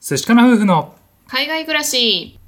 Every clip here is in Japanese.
寿司かな夫婦の海外暮らし。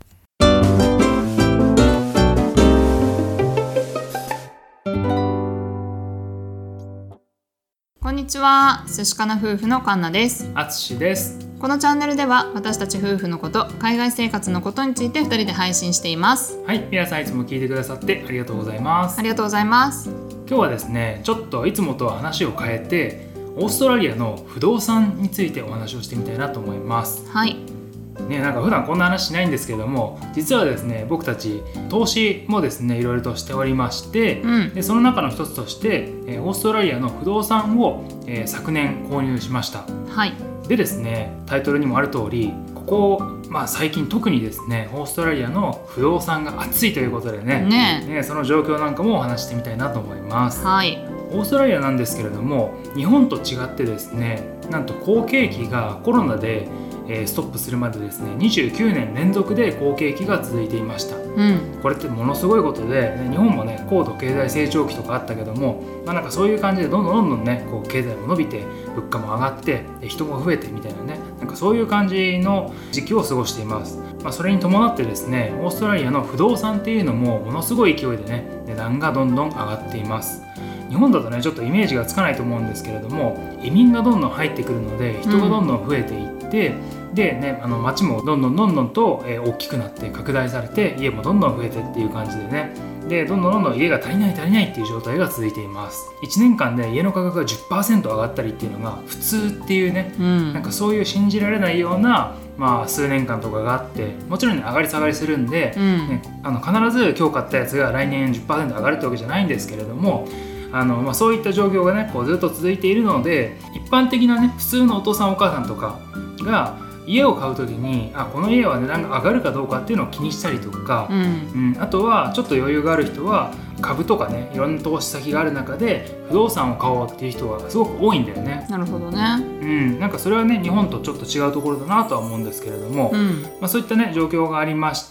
こんにちは、寿司かな夫婦のカンナです。 あつしです。 このチャンネルでは私たち夫婦のこと、海外生活のことについて2人で配信しています。 はい、皆さんいつも聞いてくださってありがとうございます。 ありがとうございます。 今日はですね、ちょっといつもとは話を変えてオーストラリアの不動産についてお話をしてみたいなと思います。 はいね、なんか普段こんな話しないんですけども、実はですね、僕たち投資もですねいろいろとしておりまして、でその中の一つとしてオーストラリアの不動産を昨年購入しました。 はい。 でですね、タイトルにもある通り、ここ、最近特にですねオーストラリアの不動産が熱いということでね、その状況なんかもお話してみたいなと思います。 はい。 オーストラリアなんですけれども、日本と違ってですね、なんと好景気がコロナでストップするまでですね29年連続で好景気が続いていました。これってものすごいことで、日本もね高度経済成長期とかあったけども、なんかそういう感じでどんどんねこう経済も伸びて物価も上がって人も増えてみたいなね、なんかそういう感じの時期を過ごしています。それに伴ってですね、オーストラリアの不動産っていうのもものすごい勢いでね値段がどんどん上がっています。日本だとねちょっとイメージがつかないと思うんですけれども、移民がどんどん入ってくるので人がどんどん増えていって、でね、街もどんどんと大きくなって拡大されて、家もどんどん増えてっていう感じでね、でどんどん家が足りないっていう状態が続いています。1年間で家の価格が 10% 上がったりっていうのが普通っていうね、なんかそういう信じられないような数年間とかがあって、もちろんね上がり下がりするんで、必ず今日買ったやつが来年 10% 上がるってわけじゃないんですけれども、そういった状況がねこうずっと続いているので、一般的なね普通のお父さんお母さんとかが家を買うときにこの家は値段が上がるかどうかっていうのを気にしたりとか、あとはちょっと余裕がある人は株とかねいろんな投資先がある中で不動産を買おうっていう人がすごく多いんだよね。 なるほどね。 なんかそれはね日本とちょっと違うところだなとは思うんですけれども、そういったね状況がありまして、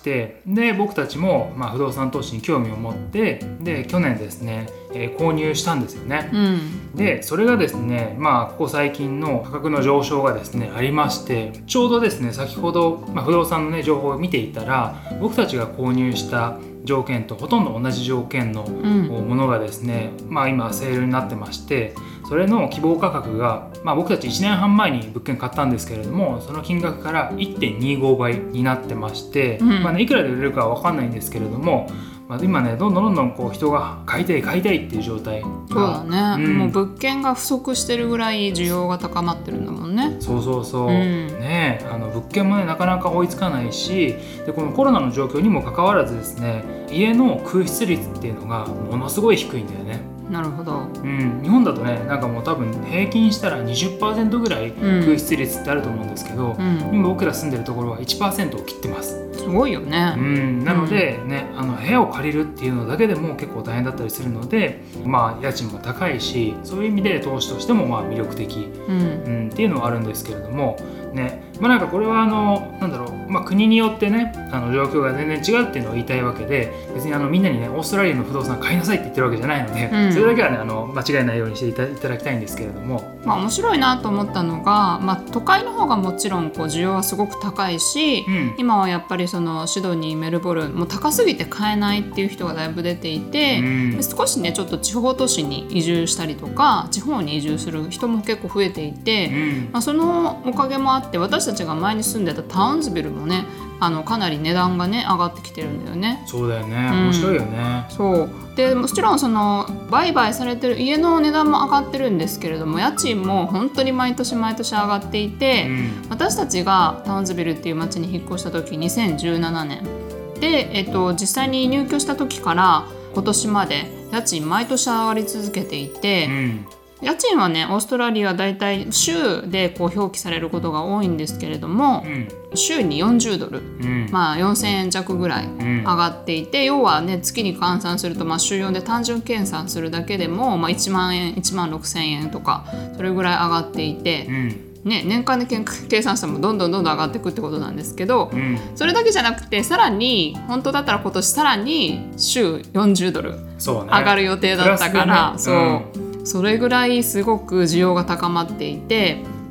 で僕たちも不動産投資に興味を持って、で去年ですね、購入したんですよね。でそれがですねここ最近の価格の上昇がですねありまして、ちょうどですね先ほど、不動産のね情報を見ていたら、僕たちが購入した条件とほとんど同じ条件のものがですね、今セールになってまして、それの希望価格が、僕たち1年半前に物件買ったんですけれども、その金額から 1.25 倍になってまして、いくらで売れるかは分かんないんですけれども、今ねどんどんこう人が買いたいっていう状態。 そうだね、もう物件が不足してるぐらい需要が高まってるんだもんね。 そう、ね、物件もねなかなか追いつかないし、でこのコロナの状況にもかかわらずですね、家の空室率っていうのがものすごい低いんだよね。 なるほど。 日本だとねなんかもう多分平均したら 20% ぐらい空室率ってあると思うんですけど、今僕ら住んでるところは 1% を切ってます。 すごいよね。 なのでね、部屋を借りるっていうのだけでも結構大変だったりするので、家賃も高いし、そういう意味で投資としても魅力的、っていうのはあるんですけれどもね、なんかこれは国によってね状況が全然違うっていうのを言いたいわけで、別にみんなにねオーストラリアの不動産買いなさいって言ってるわけじゃないので、それだけはね間違えないようにしていただきたいんですけれども、 面白いなと思ったのが、都会の方がもちろんこう需要はすごく高いし、今はやっぱりそのシドニー、メルボルンもう高すぎて買えないっていう人がだいぶ出ていて、少しねちょっと地方都市に移住したりとか地方に移住する人も結構増えていて、そのおかげもあって私たちが前に住んでたタウンズビルもねかなり値段がね上がってきてるんだよね。 そうだよね、面白いよね。 そうでもちろんその売買されてる家の値段も上がってるんですけれども、家賃も本当に毎年上がっていて、私たちがタウンズビルっていう町に引っ越した時2017年で、実際に入居した時から今年まで家賃毎年上がり続けていて、家賃はねオーストラリアはだいたい州でこう表記されることが多いんですけれども、週に40ドル、4000円弱ぐらい上がっていて、要はね月に換算すると週4で単純計算するだけでも、1万円1万6000円とかそれぐらい上がっていて、年間で計算してもどんどん上がっていくってことなんですけど、それだけじゃなくてさらに本当だったら今年さらに週40ドル上がる予定だったから、それぐらいすごく需要が高まっていて、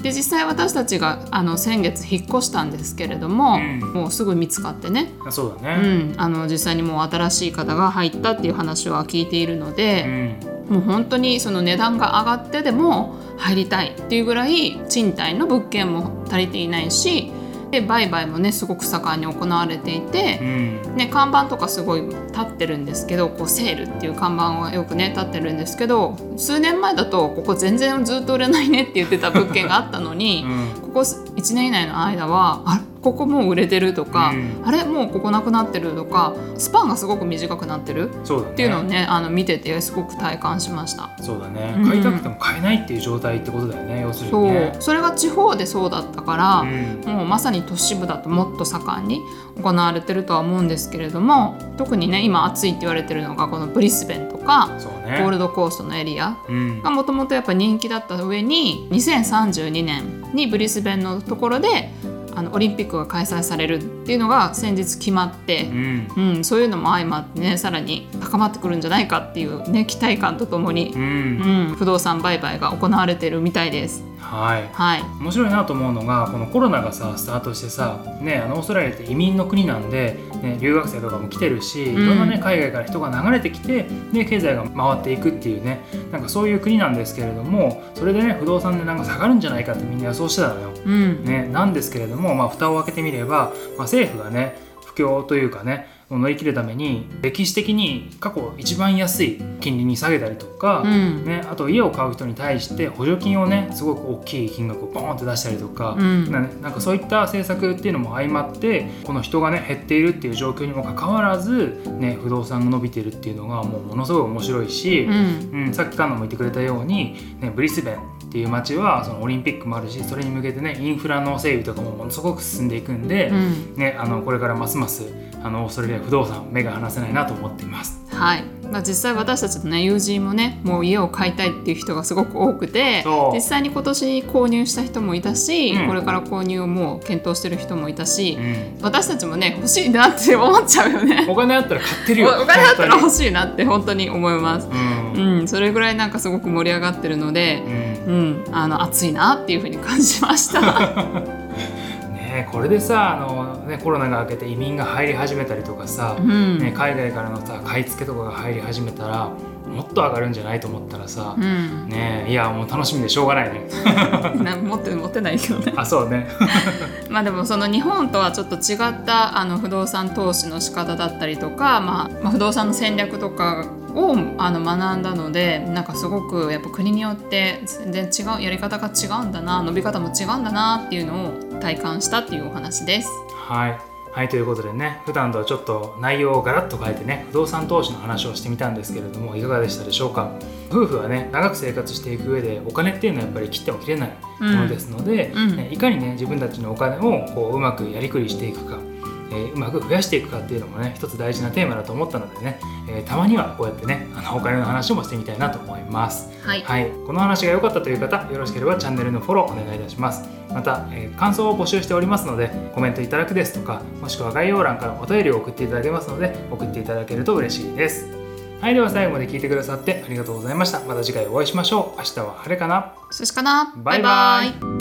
で実際私たちが先月引っ越したんですけれども、もうすぐ見つかってね。 そうだね、 実際にもう新しい方が入ったっていう話は聞いているので、もう本当にその値段が上がってでも入りたいっていうぐらい賃貸の物件も足りていないし、で売買もねすごく盛んに行われていて、看板とかすごい立ってるんですけど、こうセールっていう看板はよくね立ってるんですけど、数年前だとここ全然ずっと売れないねって言ってた物件があったのに、ここ1年以内の間はここもう売れてるとか、あれもうここなくなってるとか、スパンがすごく短くなってるっていうのをね見ててすごく体感しました。 そうだね、買いたくても買えないっていう状態ってことだよね、要するにね。 それが地方でそうだったから、もうまさに都市部だともっと盛んに行われてるとは思うんですけれども、特にね今暑いって言われてるのがこのブリスベンとか、ゴールドコーストのエリアがもともとやっぱ人気だった上に、2032年にブリスベンのところでオリンピックが開催されるっていうのが先日決まって、そういうのも相まってねさらに高まってくるんじゃないかっていうね期待感とともに、不動産売買が行われているみたいです。面白いなと思うのが、このコロナがスタートしてさ、オーストラリアって移民の国なんで、留学生とかも来てるし、いろんな海外から人が流れてきて、経済が回っていくっていうね、なんかそういう国なんですけれども、それでね不動産でなんか下がるんじゃないかってみんな予想してたのよ、なんですけれども、蓋を開けてみれば、政府がね不況というかね乗り切るために歴史的に過去一番安い金利に下げたりとか、あと家を買う人に対して補助金をねすごく大きい金額をボーンって出したりとか、なんかそういった政策っていうのも相まって、この人がね減っているっていう状況にもかかわらず、不動産が伸びているっていうのがもうものすごい面白いし、さっきカンナも言ってくれたように、ブリスベンっていう街はそのオリンピックもあるし、それに向けてねインフラの整備とかもものすごく進んでいくんで、これからますますオーストラリア不動産目が離せないなと思っています。実際私たちの、友人もねもう家を買いたいっていう人がすごく多くて、実際に今年購入した人もいたし、これから購入をもう検討してる人もいたし、私たちもね欲しいなって思っちゃうよね。 お金あったら買ってるよ。 お金あったら欲しいなって本当に思います。それぐらいなんかすごく盛り上がってるので、熱いなっていうふうに感じました。 これでさコロナが明けて移民が入り始めたりとかさ、海外からのさ買い付けとかが入り始めたらもっと上がるんじゃないと思ったらさ、いやもう楽しみでしょうがないね。 持ってないけどね。 そうね。 でもその日本とはちょっと違った不動産投資の仕方だったりとか、不動産の戦略とかを学んだので、なんかすごくやっぱ国によって全然違うやり方が違うんだな、伸び方も違うんだなっていうのを体感したっていうお話です。 ということでね、普段とはちょっと内容をガラッと変えてね不動産投資の話をしてみたんですけれども、いかがでしたでしょうか。夫婦はね長く生活していく上でお金っていうのはやっぱり切っても切れないものですので、いかにね自分たちのお金をうまくやりくりしていくか、うまく増やしていくかっていうのもね一つ大事なテーマだと思ったのでね、たまにはこうやってねお金の話もしてみたいなと思います。この話が良かったという方、よろしければチャンネルのフォローお願いいたします。また、感想を募集しておりますのでコメントいただくですとか、もしくは概要欄からお便りを送っていただけますので送っていただけると嬉しいです。では最後まで聞いてくださってありがとうございました。また次回お会いしましょう。明日は晴れかな、 寿司かな。 バイバイ。